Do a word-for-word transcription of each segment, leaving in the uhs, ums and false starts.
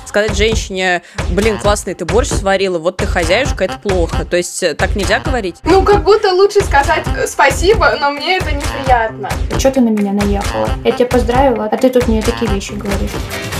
сказать женщине: блин, классный ты борщ сварила, вот ты хозяюшка, это плохо. То есть так нельзя говорить? Ну, как будто лучше сказать спасибо, но мне это неприятно. Чё ты на меня наехала? Я тебя поздравила, а ты тут мне такие вещи говоришь.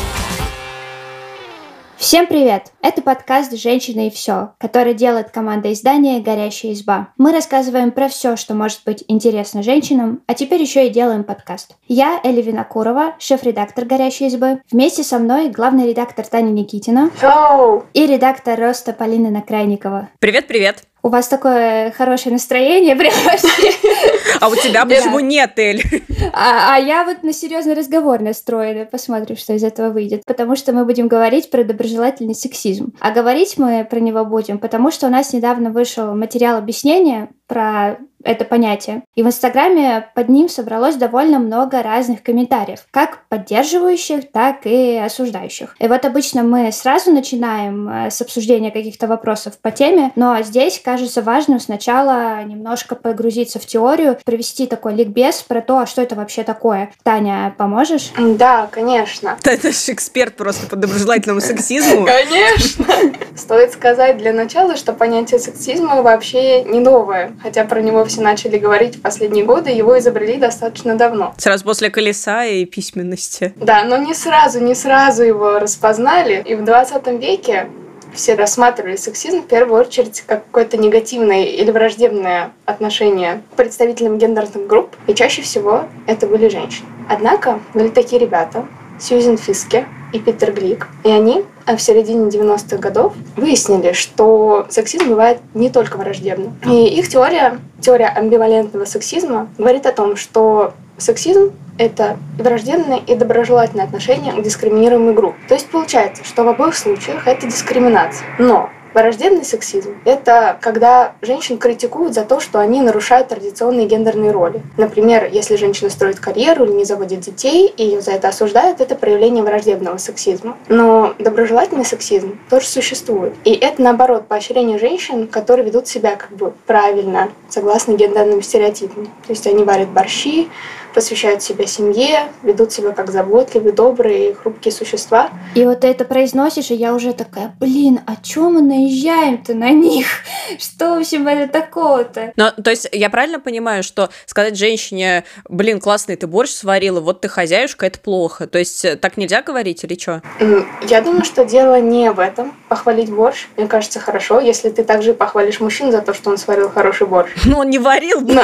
Всем привет! Это подкаст «Женщина и все», который делает команда издания «Горящая изба». Мы рассказываем про все, что может быть интересно женщинам, а теперь еще и делаем подкаст. Я Эля Винокурова, шеф-редактор «Горящей избы». Вместе со мной главный редактор Таня Никитина Hello. И редактор «Роста» Полина Накрайникова. Привет-привет! У вас такое хорошее настроение прям вообще. А у тебя почему нет, Эль? А, а я вот на серьезный разговор настроена. Посмотрим, что из этого выйдет. Потому что мы будем говорить про доброжелательный сексизм. А говорить мы про него будем, потому что у нас недавно вышел материал объяснения про это понятие. И в Инстаграме под ним собралось довольно много разных комментариев, как поддерживающих, так и осуждающих. И вот обычно мы сразу начинаем с обсуждения каких-то вопросов по теме, но здесь кажется важным сначала немножко погрузиться в теорию, провести такой ликбез про то, что это вообще такое. Таня, поможешь? Да, конечно. Ты же эксперт просто по доброжелательному сексизму. Конечно. Стоит сказать для начала, что понятие сексизма вообще не новое, хотя про него все начали говорить в последние годы, его изобрели достаточно давно. Сразу после колеса и письменности. Да, но не сразу, не сразу его распознали. И в двадцатом веке все рассматривали сексизм в первую очередь как какое-то негативное или враждебное отношение к представителям гендерных групп, и чаще всего это были женщины. Однако были такие ребята, Сьюзен Фиске и Питер Глик, и они в середине девяностых годов выяснили, что сексизм бывает не только враждебным. И их теория, теория амбивалентного сексизма, говорит о том, что сексизм — это враждебное и доброжелательное отношение к дискриминируемой группе. То есть получается, что в обоих случаях это дискриминация. Но враждебный сексизм — это когда женщин критикуют за то, что они нарушают традиционные гендерные роли. Например, если женщина строит карьеру или не заводит детей, и ее за это осуждают, это проявление враждебного сексизма. Но доброжелательный сексизм тоже существует. И это, наоборот, поощрение женщин, которые ведут себя как бы правильно, согласно гендерным стереотипам. То есть они варят борщи, посвящают себя семье, ведут себя как заботливые, добрые, хрупкие существа. И вот ты это произносишь, и я уже такая: блин, а чё мы наезжаем-то на них? Что, в общем, это такого-то? Ну, то есть я правильно понимаю, что сказать женщине: блин, классный ты борщ сварила, вот ты хозяюшка, это плохо? То есть так нельзя говорить или что? Я думаю, что дело не в этом. Похвалить борщ, мне кажется, хорошо, если ты также похвалишь мужчину за то, что он сварил хороший борщ. Ну, он не варил, но...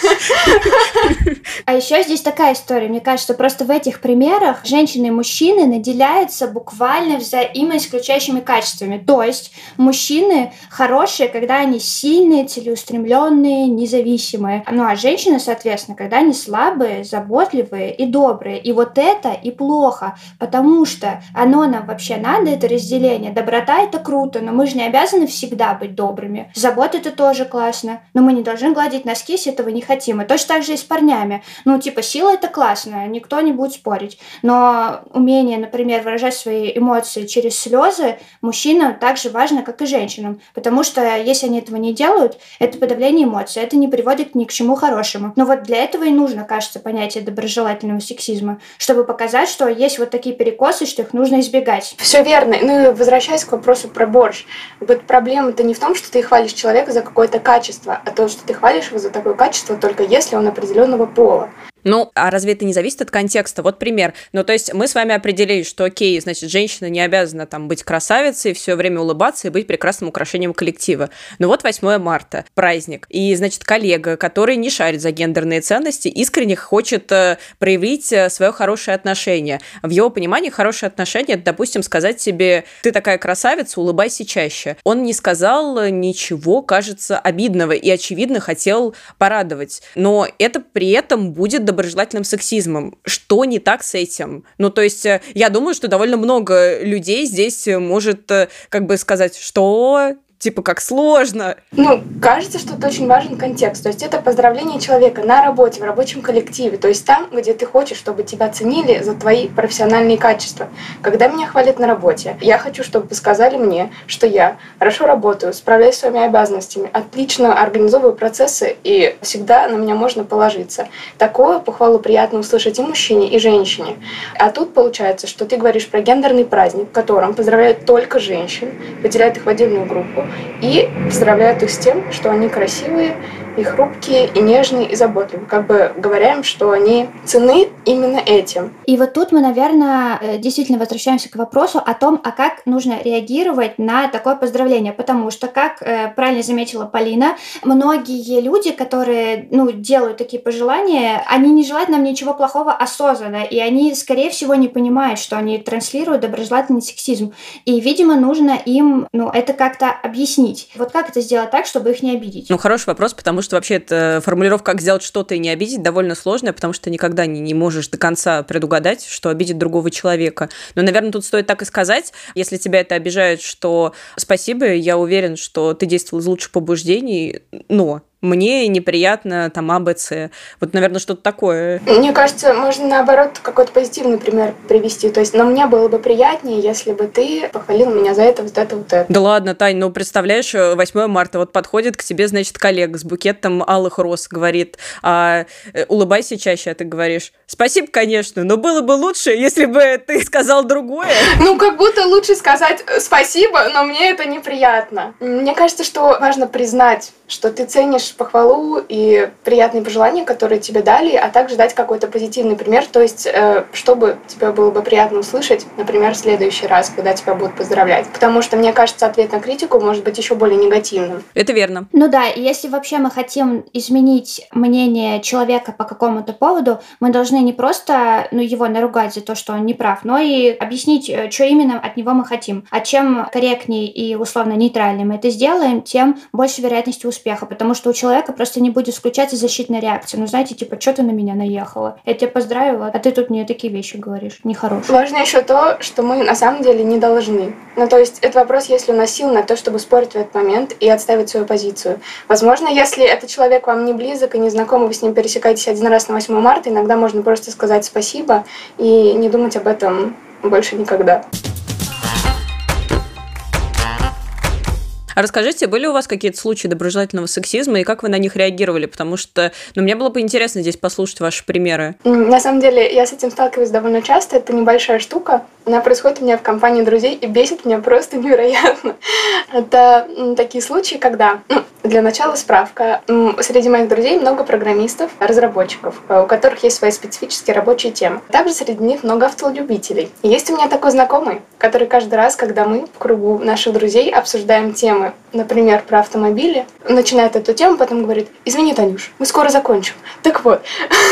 А еще здесь такая история. Мне кажется, просто в этих примерах женщины и мужчины наделяются буквально взаимоисключающими качествами. То есть мужчины хорошие, когда они сильные, целеустремленные, независимые. Ну а женщины, соответственно, когда они слабые, заботливые и добрые. И вот это и плохо, потому что оно нам вообще надо, это разделение. Доброта — это круто, но мы же не обязаны всегда быть добрыми. Забота — это тоже классно, но мы не должны гладить носки, если этого не хотим. И точно так же и с парнями. Ну, типа, сила — это классно, никто не будет спорить. Но умение, например, выражать свои эмоции через слезы мужчинам так же важно, как и женщинам. Потому что если они этого не делают, это подавление эмоций, это не приводит ни к чему хорошему. Но вот для этого и нужно, кажется, понятие доброжелательного сексизма, чтобы показать, что есть вот такие перекосы, что их нужно избегать. Все верно. Ну и возвращаясь к вопросу про борщ. Вот проблема-то не в том, что ты хвалишь человека за какое-то качество, а то, что ты хвалишь его за такое качество только если он определенного пола. Ну, а разве это не зависит от контекста? Вот пример. Ну, то есть мы с вами определили, что окей, значит, женщина не обязана там быть красавицей, все время улыбаться и быть прекрасным украшением коллектива. Но вот восьмое марта, праздник. И, значит, коллега, который не шарит за гендерные ценности, искренне хочет э, проявить э, свое хорошее отношение. В его понимании хорошее отношение — это, допустим, сказать себе: ты такая красавица, улыбайся чаще. Он не сказал ничего, кажется, обидного и, очевидно, хотел порадовать. Но это при этом будет доброжелательным сексизмом. Что не так с этим? Ну, то есть, я думаю, что довольно много людей здесь может как бы сказать: что... Типа, как сложно. Ну, кажется, что это очень важен контекст. То есть это поздравление человека на работе, в рабочем коллективе. То есть там, где ты хочешь, чтобы тебя ценили за твои профессиональные качества. Когда меня хвалят на работе, я хочу, чтобы вы сказали мне, что я хорошо работаю, справляюсь с своими обязанностями, отлично организовываю процессы, и всегда на меня можно положиться. Такое похвалу приятно услышать и мужчине, и женщине. А тут получается, что ты говоришь про гендерный праздник, в котором поздравляют только женщин, выделяют их в отдельную группу и поздравляют их с тем, что они красивые, и хрупкие, и нежные, и заботливые. Как бы говоря им, что они ценны именно этим. И вот тут мы, наверное, действительно возвращаемся к вопросу о том, а как нужно реагировать на такое поздравление. Потому что, как э, правильно заметила Полина, многие люди, которые ну, делают такие пожелания, они не желают нам ничего плохого осознанно, и они, скорее всего, не понимают, что они транслируют доброжелательный сексизм. И, видимо, нужно им ну, это как-то объяснить. Вот как это сделать так, чтобы их не обидеть? Ну, хороший вопрос, потому что вообще эта формулировка «как сделать что-то и не обидеть» довольно сложная, потому что ты никогда не, не можешь до конца предугадать, что обидит другого человека. Но, наверное, тут стоит так и сказать, если тебя это обижает, что спасибо, я уверен, что ты действовал из лучших побуждений, но... мне неприятно там А, Б, С. Вот, наверное, что-то такое. Мне кажется, можно, наоборот, какой-то позитивный пример привести. То есть, но мне было бы приятнее, если бы ты похвалил меня за это, вот это, вот это. Да ладно, Тань, ну, представляешь, восьмое марта, вот подходит к тебе, значит, коллега с букетом алых роз, говорит, а, улыбайся чаще, а ты говоришь, спасибо, конечно, но было бы лучше, если бы ты сказал другое. Ну, как будто лучше сказать спасибо, но мне это неприятно. Мне кажется, что важно признать, что ты ценишь похвалу и приятные пожелания, которые тебе дали, а также дать какой-то позитивный пример, то есть, э, чтобы тебе было бы приятно услышать, например, в следующий раз, когда тебя будут поздравлять. Потому что, мне кажется, ответ на критику может быть еще более негативным. Это верно. Ну да, и если вообще мы хотим изменить мнение человека по какому-то поводу, мы должны не просто ну, его наругать за то, что он не прав, но и объяснить, что именно от него мы хотим. А чем корректнее и условно нейтральнее мы это сделаем, тем больше вероятности успеха, потому что у человека просто не будет включаться защитная реакция. Ну, знаете, типа, что ты на меня наехала? Я тебя поздравила, а ты тут мне такие вещи говоришь. Нехорошие. Важно еще то, что мы на самом деле не должны. Ну, то есть, это вопрос, если у нас сил на то, чтобы спорить в этот момент и отставить свою позицию. Возможно, если этот человек вам не близок и не знаком, вы с ним пересекаетесь один раз на восьмое марта, иногда можно просто сказать спасибо и не думать об этом больше никогда. А расскажите, были у вас какие-то случаи доброжелательного сексизма, и как вы на них реагировали? Потому что, ну, мне было бы интересно здесь послушать ваши примеры. На самом деле, я с этим сталкиваюсь довольно часто. Это небольшая штука. Она происходит у меня в компании друзей и бесит меня просто невероятно. Это такие случаи, когда... Ну, для начала справка. Среди моих друзей много программистов, разработчиков, у которых есть свои специфические рабочие темы. Также среди них много автолюбителей. И есть у меня такой знакомый, который каждый раз, когда мы в кругу наших друзей обсуждаем темы, например, про автомобили, начинает эту тему, потом говорит: извини, Танюш, мы скоро закончим. Так вот...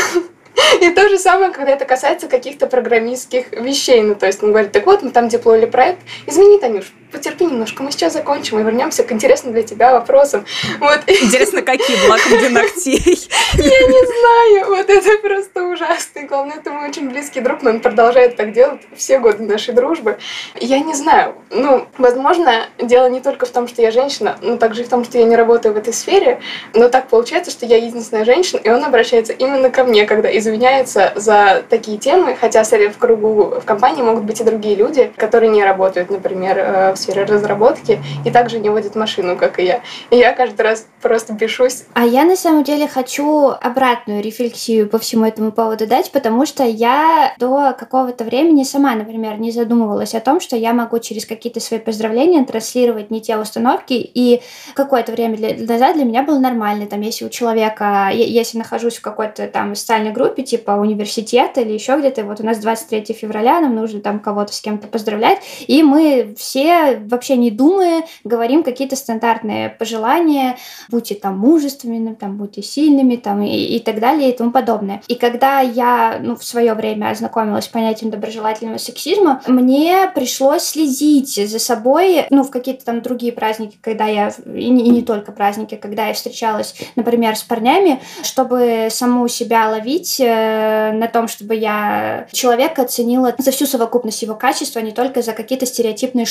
И то же самое, когда это касается каких-то программистских вещей. Ну, то есть он говорит: так вот, мы там деплоили проект. Извини, Танюш, потерпи немножко, мы сейчас закончим и вернемся к интересным для тебя вопросам. Вот. Интересно, какие блоком для ногтей? Я не знаю, вот это просто ужасно. И главное, это мой очень близкий друг, но он продолжает так делать все годы нашей дружбы. Я не знаю, ну, возможно, дело не только в том, что я женщина, но также и в том, что я не работаю в этой сфере, но так получается, что я единственная женщина, и он обращается именно ко мне, когда извиняется за такие темы, хотя в кругу, в компании могут быть и другие люди, которые не работают, например, в сфере разработки, и также не водят машину, как и я. И я каждый раз просто бешусь. А я на самом деле хочу обратную рефлексию по всему этому поводу дать, потому что я до какого-то времени сама, например, не задумывалась о том, что я могу через какие-то свои поздравления транслировать не те установки, и какое-то время назад для меня было нормально, там, если у человека, если нахожусь в какой-то там социальной группе, типа университета или еще где-то, вот у нас двадцать третьего февраля, нам нужно там кого-то с кем-то поздравлять, и мы все, вообще не думая, говорим какие-то стандартные пожелания, будьте там мужественными, там, будьте сильными, там, и, и так далее, и тому подобное. И когда я, ну, в свое время ознакомилась с понятием доброжелательного сексизма, мне пришлось следить за собой, ну, в какие-то там другие праздники, когда я, и не, и не только праздники, когда я встречалась, например, с парнями, чтобы саму себя ловить на том, чтобы я человека оценила за всю совокупность его качеств, а не только за какие-то стереотипные штуки.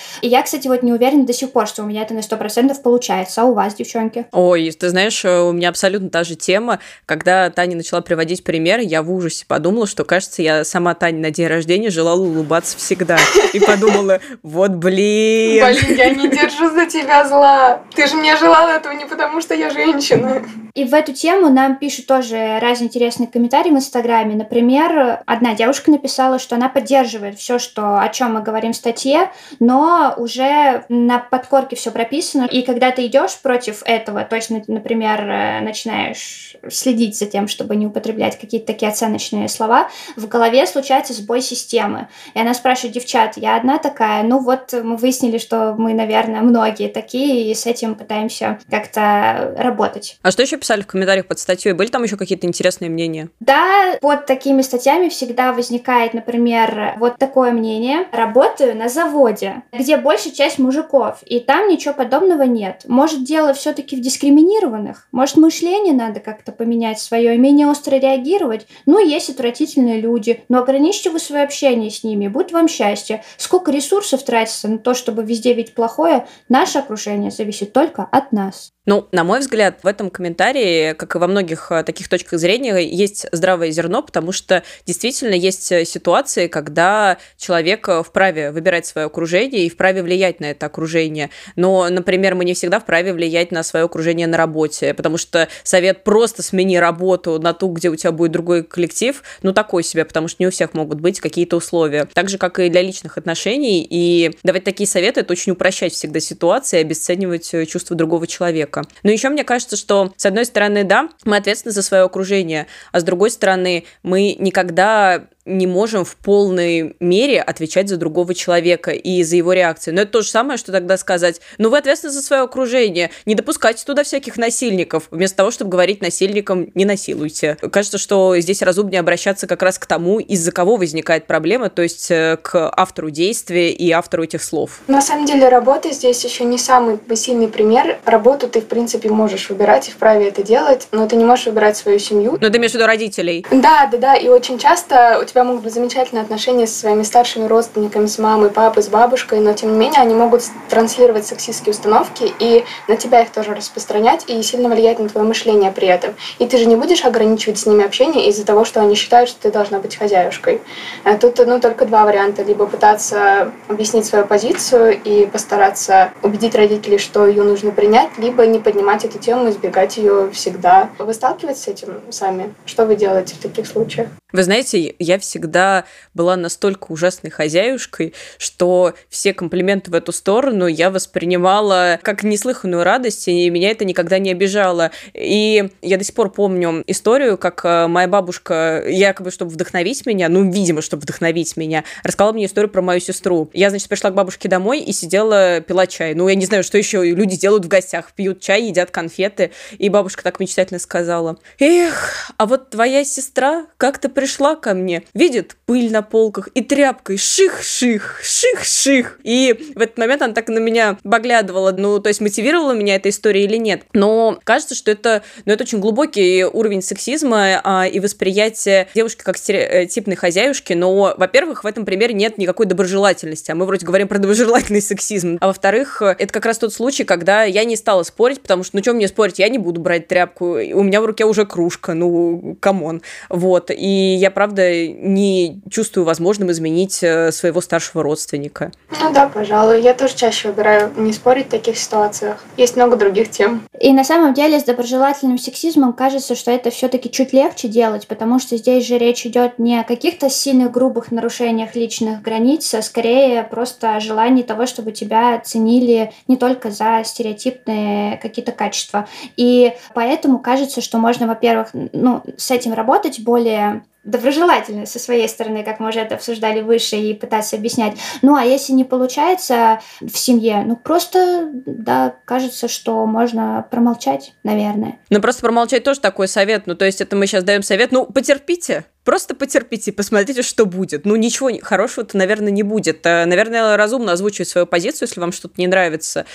И я, кстати, вот не уверена до сих пор, что у меня это на сто процентов получается. А у вас, девчонки? Ой, ты знаешь, у меня абсолютно та же тема. Когда Таня начала приводить примеры, я в ужасе подумала, что, кажется, я сама Таня на день рождения желала улыбаться всегда. И подумала, вот блин. Блин, я не держу за тебя зла. Ты же мне желала этого не потому, что я женщина. И в эту тему нам пишут тоже разные интересные комментарии в Инстаграме. Например, одна девушка написала, что она поддерживает все, что, о чем мы говорим в статье, но уже на подкорке все прописано. И когда ты идешь против этого, то есть, например, начинаешь следить за тем, чтобы не употреблять какие-то такие оценочные слова, в голове случается сбой системы. И она спрашивает: девчат, я одна такая? Ну вот мы выяснили, что мы, наверное, многие такие, и с этим пытаемся как-то работать. А что еще писали в комментариях под статьей? Были там еще какие-то интересные мнения? Да, под такими статьями всегда возникает, например, вот такое мнение. Работаю на заводе, где большая часть мужиков, и там ничего подобного нет. Может, дело все-таки в дискриминированных? Может, мышление надо как-то поменять свое и менее остро реагировать? Ну, есть отвратительные люди, но ограничьте вы свое общение с ними, будь вам счастье. Сколько ресурсов тратится на то, чтобы везде видеть плохое? Наше окружение зависит только от нас. Ну, на мой взгляд, в этом комментарии, как и во многих таких точках зрения, есть здравое зерно, потому что действительно есть ситуации, когда человек вправе выбирать свое окружение и вправе влиять на это окружение. Но, например, мы не всегда вправе влиять на свое окружение на работе, потому что совет «просто смени работу на ту, где у тебя будет другой коллектив», ну, такой себе, потому что не у всех могут быть какие-то условия. Так же, как и для личных отношений, и давать такие советы – это очень упрощать всегда ситуацию и обесценивать чувства другого человека. Но еще мне кажется, что, с одной стороны, да, мы ответственны за свое окружение, а с другой стороны, мы никогда не можем в полной мере отвечать за другого человека и за его реакции. Но это то же самое, что тогда сказать: ну, вы ответственны за свое окружение, не допускайте туда всяких насильников, вместо того, чтобы говорить насильникам: не насилуйте. Кажется, что здесь разумнее обращаться как раз к тому, из-за кого возникает проблема, то есть к автору действия и автору этих слов. На самом деле, работа здесь еще не самый сильный пример. Работу ты, в принципе, можешь выбирать и вправе это делать, но ты не можешь выбирать свою семью. Но ты имеешь в виду родителей? Да, да, да, и очень часто у тебя У тебя могут быть замечательные отношения со своими старшими родственниками, с мамой, папой, с бабушкой, но тем не менее они могут транслировать сексистские установки и на тебя их тоже распространять и сильно влиять на твое мышление при этом. И ты же не будешь ограничивать с ними общение из-за того, что они считают, что ты должна быть хозяюшкой. Тут ну, только два варианта. Либо пытаться объяснить свою позицию и постараться убедить родителей, что ее нужно принять, либо не поднимать эту тему, избегать ее всегда. Вы сталкиваетесь с этим сами? Что вы делаете в таких случаях? Вы знаете, я всегда была настолько ужасной хозяюшкой, что все комплименты в эту сторону я воспринимала как неслыханную радость, и меня это никогда не обижало. И я до сих пор помню историю, как моя бабушка, якобы, чтобы вдохновить меня, ну, видимо, чтобы вдохновить меня, рассказала мне историю про мою сестру. Я, значит, пришла к бабушке домой и сидела, пила чай. Ну, я не знаю, что еще люди делают в гостях. Пьют чай, едят конфеты. И бабушка так мечтательно сказала: эх, а вот твоя сестра как-то пришла ко мне, видит пыль на полках и тряпкой ших-ших, ших-ших. И в этот момент она так на меня поглядывала, ну, то есть мотивировала меня эта история или нет. Но кажется, что это, ну, это очень глубокий уровень сексизма а, и восприятия девушки как стереотипной хозяюшки. Но, во-первых, в этом примере нет никакой доброжелательности, а мы вроде говорим про доброжелательный сексизм. А во-вторых, это как раз тот случай, когда я не стала спорить, потому что, ну, что мне спорить, я не буду брать тряпку, у меня в руке уже кружка, ну, камон. Вот, и я, правда, не чувствую возможным изменить своего старшего родственника. Ну да, пожалуй. Я тоже чаще выбираю не спорить в таких ситуациях. Есть много других тем. И на самом деле с доброжелательным сексизмом кажется, что это все-таки чуть легче делать, потому что здесь же речь идет не о каких-то сильных грубых нарушениях личных границ, а скорее просто о желании того, чтобы тебя ценили не только за стереотипные какие-то качества. И поэтому кажется, что можно, во-первых, ну, с этим работать более доброжелательно со своей стороны, как мы уже это обсуждали выше, и пытаться объяснять. Ну, а если не получается в семье, ну, просто, да, кажется, что можно промолчать, наверное. Ну, просто промолчать тоже такой совет. Ну, то есть это мы сейчас даем совет, ну, потерпите. Просто потерпите, посмотрите, что будет. Ну, ничего хорошего-то, наверное, не будет. Наверное, разумно озвучивать свою позицию, если вам что-то не нравится.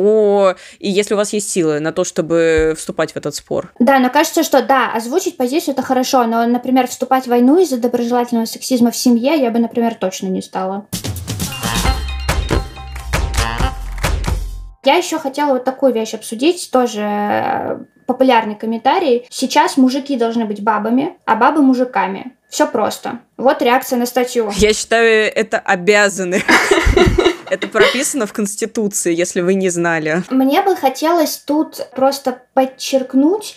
Но и если у вас есть силы на то, чтобы вступать в этот спор. Да, но кажется, что да, озвучить позицию – это хорошо, но, например, вступать в войну из-за доброжелательного сексизма в семье я бы, например, точно не стала. Я еще хотела вот такую вещь обсудить, тоже популярный комментарий. Сейчас мужики должны быть бабами, а бабы мужиками. Все просто. Вот реакция на статью. Я считаю, это обязаны. Это прописано в Конституции, если вы не знали. Мне бы хотелось тут просто подчеркнуть,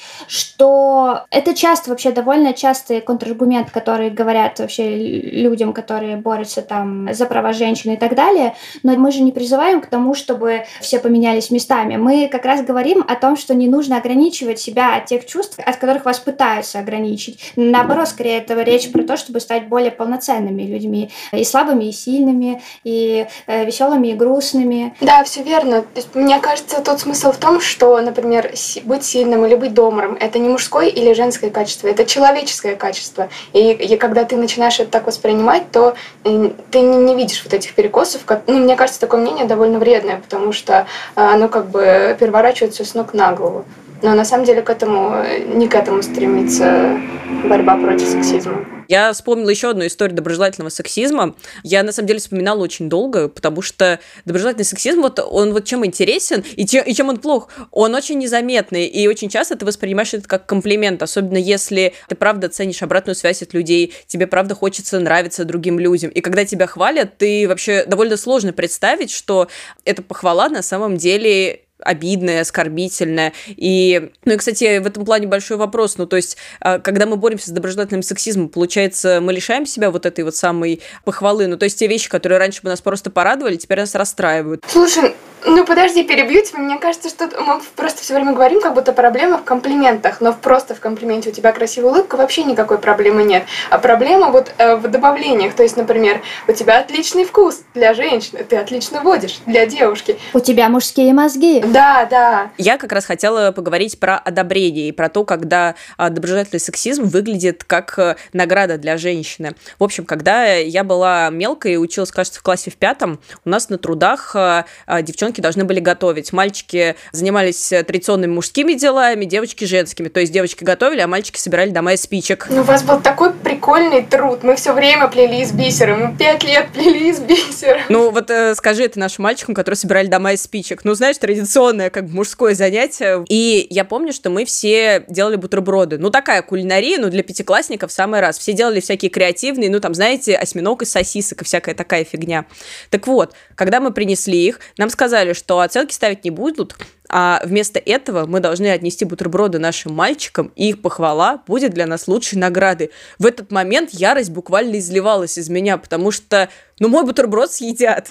что это часто, вообще довольно частый контраргумент, который говорят вообще людям, которые борются там за права женщин и так далее, но мы же не призываем к тому, чтобы все поменялись местами. Мы как раз говорим о том, что не нужно ограничивать себя от тех чувств, от которых вас пытаются ограничить. Наоборот, скорее, это речь про то, чтобы стать более полноценными людьми, и слабыми, и сильными, и э, веселыми, и грустными. Да, все верно. То есть, мне кажется, тот смысл в том, что, например, быть сильным или быть добрым — это не мужское или женское качество, это человеческое качество. И, и когда ты начинаешь это так воспринимать, то э, ты не, не видишь вот этих перекосов. Как, ну, мне кажется, такое мнение довольно вредное, потому что э, оно как бы переворачивает все с ног на голову. Но на самом деле к этому, не к этому стремится борьба против сексизма. Я вспомнила еще одну историю доброжелательного сексизма. Я, на самом деле, вспоминала очень долго, потому что доброжелательный сексизм, вот он вот чем интересен и чем, и чем он плох. Он очень незаметный, и очень часто ты воспринимаешь это как комплимент, особенно если ты правда ценишь обратную связь от людей, тебе правда хочется нравиться другим людям. И когда тебя хвалят, ты вообще довольно сложно представить, что эта похвала на самом деле обидное, оскорбительное. И, ну и, кстати, в этом плане большой вопрос. Ну, то есть, когда мы боремся с доброжелательным сексизмом, получается, мы лишаем себя вот этой вот самой похвалы. Ну, то есть, те вещи, которые раньше бы нас просто порадовали, теперь нас расстраивают. Слушай, ну подожди, перебью тебя. Мне кажется, что мы просто все время говорим, как будто проблема в комплиментах, но просто в комплименте у тебя красивая улыбка, вообще никакой проблемы нет. А проблема вот э, в добавлениях. То есть, например, у тебя отличный вкус для женщины, ты отлично водишь для девушки. У тебя мужские мозги. Да, да. Я как раз хотела поговорить про одобрение и про то, когда доброжелательный сексизм выглядит как награда для женщины. В общем, когда я была мелкой и училась, кажется, в классе в пятом, у нас на трудах девчонки должны были готовить. Мальчики занимались традиционными мужскими делами, девочки женскими. То есть девочки готовили, а мальчики собирали дома из спичек. Ну, у вас был такой прикольный труд. Мы все время плели из бисера. Мы пять лет плели из бисера. Ну, вот э, скажи это нашим мальчикам, которые собирали дома из спичек. Ну, знаешь, традиционное как бы мужское занятие. И я помню, что мы все делали бутерброды. Ну, такая кулинария, ну, для пятиклассников в самый раз. Все делали всякие креативные, ну, там, знаете, осьминог из сосисок и всякая такая фигня. Так вот, когда мы принесли их, нам сказали, что оценки ставить не будут, а вместо этого мы должны отнести бутерброды нашим мальчикам, и их похвала будет для нас лучшей наградой. В этот момент ярость буквально изливалась из меня, потому что, ну, мой бутерброд съедят.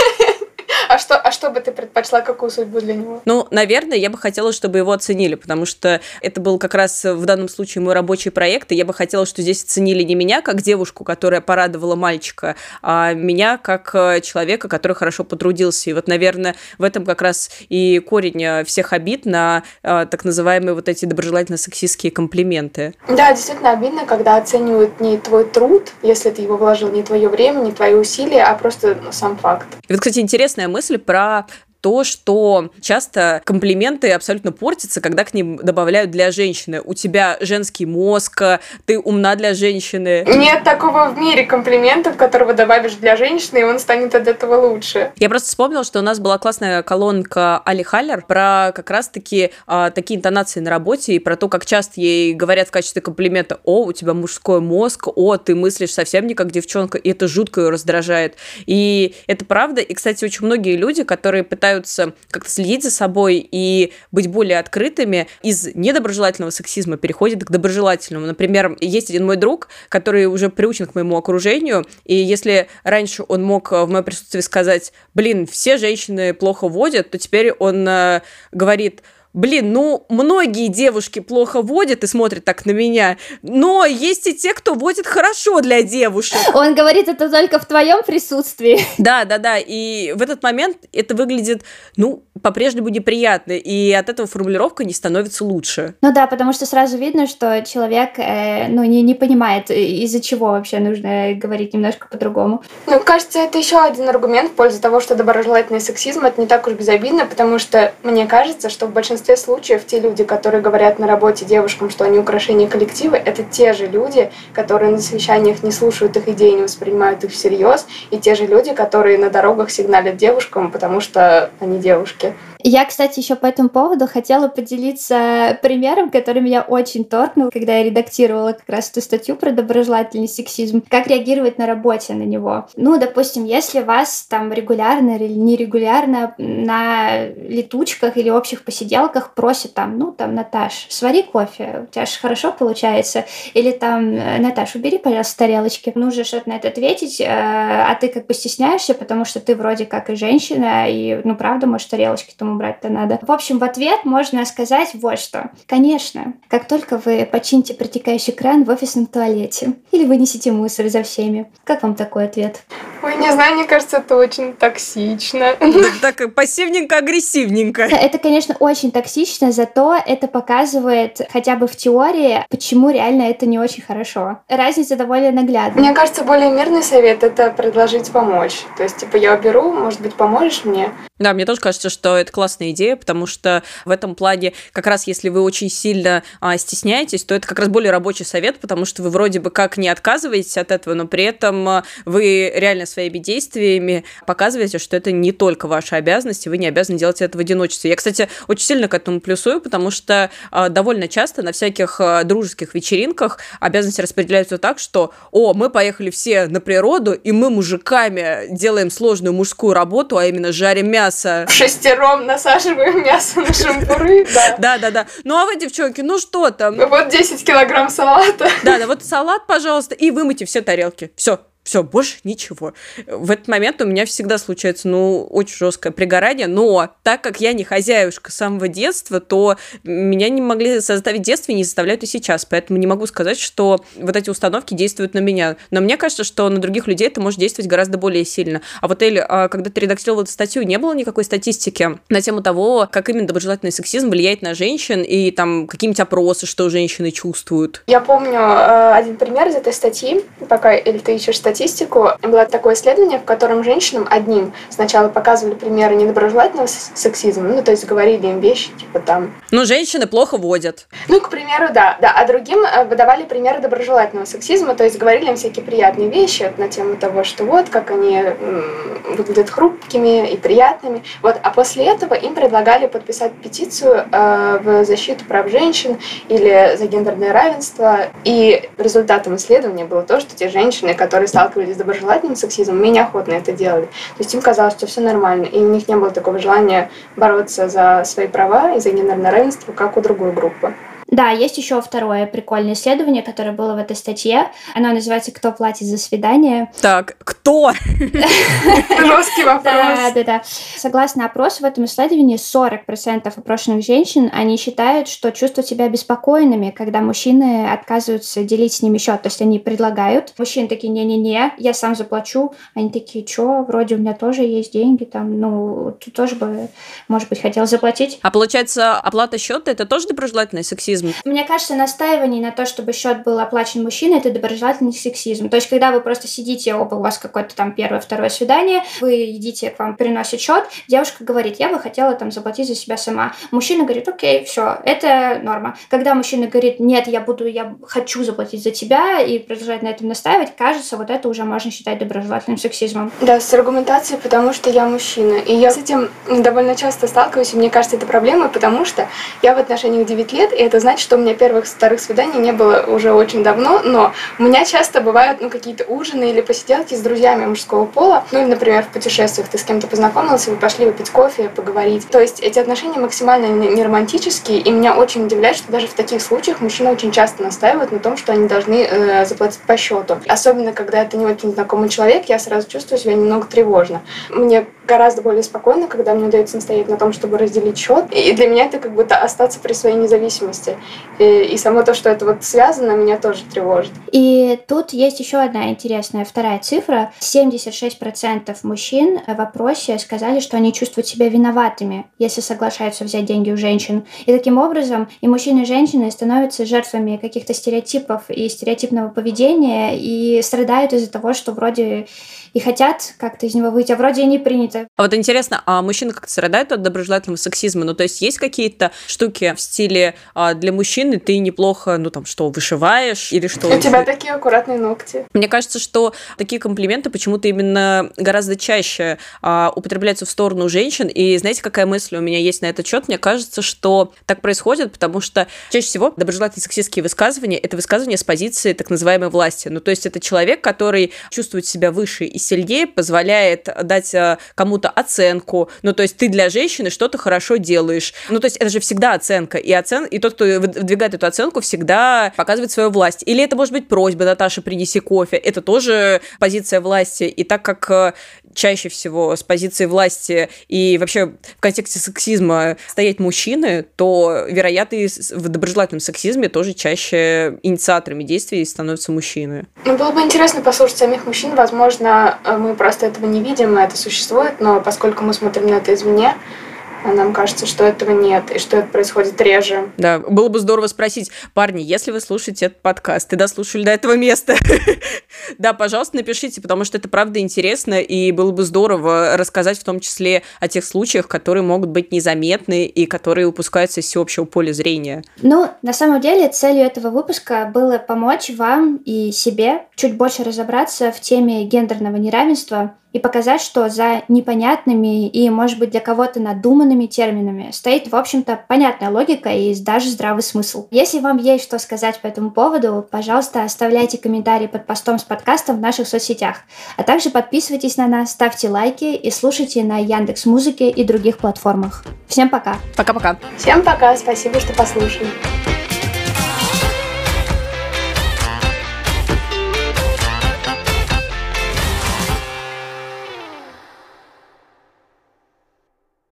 А что, а что бы ты предпочла, какую судьбу для него? Ну, наверное, я бы хотела, чтобы его оценили, потому что это был как раз в данном случае мой рабочий проект, и я бы хотела, что здесь оценили не меня как девушку, которая порадовала мальчика, а меня как человека, который хорошо потрудился. И вот, наверное, в этом как раз и корень всех обид на а, так называемые вот эти доброжелательно-сексистские комплименты. Да, действительно обидно, когда оценивают не твой труд, если ты его вложил, не твое время, не твои усилия, а просто ну, сам факт. И вот, кстати, интересная мысль про то, что часто комплименты абсолютно портятся, когда к ним добавляют для женщины. У тебя женский мозг, ты умна для женщины. Нет такого в мире комплиментов, которого добавишь для женщины, и он станет от этого лучше. Я просто вспомнила, что у нас была классная колонка Али Халлер про как раз-таки а, такие интонации на работе и про то, как часто ей говорят в качестве комплимента: «О, у тебя мужской мозг, о, ты мыслишь совсем не как девчонка», и это жутко ее раздражает. И это правда. И, кстати, очень многие люди, которые пытаются как-то следить за собой и быть более открытыми, из недоброжелательного сексизма переходят к доброжелательному. Например, есть один мой друг, который уже приучен к моему окружению, и если раньше он мог в моем присутствии сказать: «Блин, все женщины плохо водят», то теперь он э, говорит: «Блин, ну, многие девушки плохо водят и смотрят так на меня, но есть и те, кто водит хорошо для девушек». Он говорит это только в твоем присутствии. Да, да, да, и в этот момент это выглядит, ну, по-прежнему неприятно, и от этого формулировка не становится лучше. Ну да, потому что сразу видно, что человек, э, ну, не, не понимает, из-за чего вообще нужно говорить немножко по-другому. Ну, кажется, это еще один аргумент в пользу того, что доброжелательный сексизм — это не так уж безобидно, потому что мне кажется, что в большинстве случаев те люди, которые говорят на работе девушкам, что они украшение коллектива, это те же люди, которые на совещаниях не слушают их идеи, не воспринимают их всерьез, и те же люди, которые на дорогах сигналят девушкам, потому что они девушки. Я, кстати, еще по этому поводу хотела поделиться примером, который меня очень торкнул, когда я редактировала как раз эту статью про доброжелательный сексизм. Как реагировать на работе на него? Ну, допустим, если вас там регулярно или нерегулярно на летучках или общих посиделках просят там, ну, там, Наташ, свари кофе, у тебя же хорошо получается. Или там, Наташ, убери, пожалуйста, тарелочки. Нужно что-то на это ответить, а ты как бы стесняешься, потому что ты вроде как и женщина, и, ну, правда, может, тарелочки там убрать-то надо. В общем, в ответ можно сказать вот что. Конечно, как только вы почините протекающий кран в офисном туалете или вынесете мусор за всеми. Как вам такой ответ? Ой, не знаю, мне кажется, это очень токсично. Так пассивненько-агрессивненько. Это, конечно, очень токсично, зато это показывает хотя бы в теории, почему реально это не очень хорошо. Разница довольно наглядна. Мне кажется, более мирный совет — это предложить помочь. То есть, типа, я уберу, может быть, поможешь мне? Да, мне тоже кажется, что это классная идея, потому что в этом плане, как раз если вы очень сильно а, стесняетесь, то это как раз более рабочий совет, потому что вы вроде бы как не отказываетесь от этого, но при этом а, вы реально своими действиями показываете, что это не только ваша обязанность, и вы не обязаны делать это в одиночестве. Я, кстати, очень сильно к этому плюсую, потому что а, довольно часто на всяких а, дружеских вечеринках обязанности распределяются так, что «О, мы поехали все на природу, и мы мужиками делаем сложную мужскую работу, а именно жарим мясо». В шестером насаживаем мясо на шампуры, да. Да-да-да. Ну а вы, девчонки, ну что там? Вот десять килограмм салата. Да-да, вот салат, пожалуйста, и вымойте все тарелки. Все. Все, больше ничего. В этот момент у меня всегда случается, ну, очень жесткое пригорание, но так как я не хозяюшка с самого детства, то меня не могли заставить в детстве и не заставляют и сейчас, поэтому не могу сказать, что вот эти установки действуют на меня. Но мне кажется, что на других людей это может действовать гораздо более сильно. А вот, Эль, когда ты редактировала эту статью, не было никакой статистики на тему того, как именно доброжелательный сексизм влияет на женщин, и там какие-нибудь опросы, что женщины чувствуют? Я помню один пример из этой статьи, пока, Эль, ты ищешь статью, статистику. Было такое исследование, в котором женщинам одним сначала показывали примеры недоброжелательного сексизма, ну, то есть говорили им вещи, типа там... Ну, женщины плохо водят. Ну, к примеру, да, да. А другим выдавали примеры доброжелательного сексизма, то есть говорили им всякие приятные вещи на тему того, что вот, как они м, выглядят хрупкими и приятными. Вот. А после этого им предлагали подписать петицию э, в защиту прав женщин или за гендерное равенство. И результатом исследования было то, что те женщины, которые стали сталкивались с доброжелательным сексизмом, менее охотно это делали. То есть им казалось, что все нормально, и у них не было такого желания бороться за свои права и за гендерное равенство, как у другой группы. Да, есть еще второе прикольное исследование, которое было в этой статье. Оно называется «Кто платит за свидание?». Так, кто? Жесткий вопрос. Да, да, да. Согласно опросу, в этом исследовании сорок процентов опрошенных женщин, они считают, что чувствуют себя беспокойными, когда мужчины отказываются делить с ними счет. То есть они предлагают, мужчины такие: не-не-не, я сам заплачу. Они такие: чё, вроде у меня тоже есть деньги, там, ну, ты тоже бы, может быть, хотел заплатить. А получается, оплата счета это тоже доброжелательный сексизм? Мне кажется, настаивание на то, чтобы счет был оплачен мужчиной, это доброжелательный сексизм. То есть, когда вы просто сидите, оба у вас какое-то там первое, второе свидание, вы едите, к вам приносят счет, девушка говорит: я бы хотела там заплатить за себя сама. Мужчина говорит: окей, все, это норма. Когда мужчина говорит: нет, я буду, я хочу заплатить за тебя, и продолжать на этом настаивать, кажется, вот это уже можно считать доброжелательным сексизмом. Да, с аргументацией, потому что я мужчина. И я с этим довольно часто сталкиваюсь, и мне кажется, это проблема, потому что я в отношениях девять лет, и это значит, что у меня первых, вторых свиданий не было уже очень давно, но у меня часто бывают, ну, какие-то ужины или посиделки с друзьями мужского пола. Ну, или, например, в путешествиях ты с кем-то познакомился, вы пошли выпить кофе, поговорить. То есть эти отношения максимально не романтические, и меня очень удивляет, что даже в таких случаях мужчины очень часто настаивают на том, что они должны э, заплатить по счету. Особенно, когда это не очень знакомый человек, я сразу чувствую себя немного тревожно. Мне гораздо более спокойно, когда мне удается настоять на том, чтобы разделить счет. И для меня это как будто остаться при своей независимости. И, и само то, что это вот связано, меня тоже тревожит. И тут есть еще одна интересная вторая цифра. семьдесят шесть процентов мужчин в опросе сказали, что они чувствуют себя виноватыми, если соглашаются взять деньги у женщин. И таким образом и мужчины, и женщины становятся жертвами каких-то стереотипов и стереотипного поведения и страдают из-за того, что вроде и хотят как-то из него выйти, а вроде и не принято. А вот интересно, а мужчины как-то страдают от доброжелательного сексизма? Ну, то есть есть какие-то штуки в стиле а, для мужчины ты неплохо, ну, там, что, вышиваешь или что? У тебя такие аккуратные ногти. Мне кажется, что такие комплименты почему-то именно гораздо чаще а, употребляются в сторону женщин. И знаете, какая мысль у меня есть на этот счет? Мне кажется, что так происходит, потому что чаще всего доброжелательные сексистские высказывания — это высказывания с позиции так называемой власти. Ну, то есть это человек, который чувствует себя выше и сильнее, позволяет дать а, кому-то оценку. Ну, то есть ты для женщины что-то хорошо делаешь. Ну, то есть это же всегда оценка. И, оцен... и тот, кто выдвигает эту оценку, всегда показывает свою власть. Или это может быть просьба: Наташа, принеси кофе. Это тоже позиция власти. И так как чаще всего с позиции власти и вообще в контексте сексизма стоять мужчины, то, вероятно, и в доброжелательном сексизме тоже чаще инициаторами действий становятся мужчины. Ну, было бы интересно послушать самих мужчин. Возможно, мы просто этого не видим, и это существует, но поскольку мы смотрим на это извне, нам кажется, что этого нет, и что это происходит реже. Да, было бы здорово спросить: парни, если вы слушаете этот подкаст и дослушали до этого места, да, пожалуйста, напишите, потому что это правда интересно, и было бы здорово рассказать в том числе о тех случаях, которые могут быть незаметны и которые упускаются из всеобщего поля зрения. Ну, на самом деле, целью этого выпуска было помочь вам и себе чуть больше разобраться в теме гендерного неравенства и показать, что за непонятными и, может быть, для кого-то надуманными терминами стоит, в общем-то, понятная логика и даже здравый смысл. Если вам есть что сказать по этому поводу, пожалуйста, оставляйте комментарии под постом с подкастом в наших соцсетях, а также подписывайтесь на нас, ставьте лайки и слушайте на Яндекс.Музыке и других платформах. Всем пока! Пока-пока! Всем пока, спасибо, что послушали.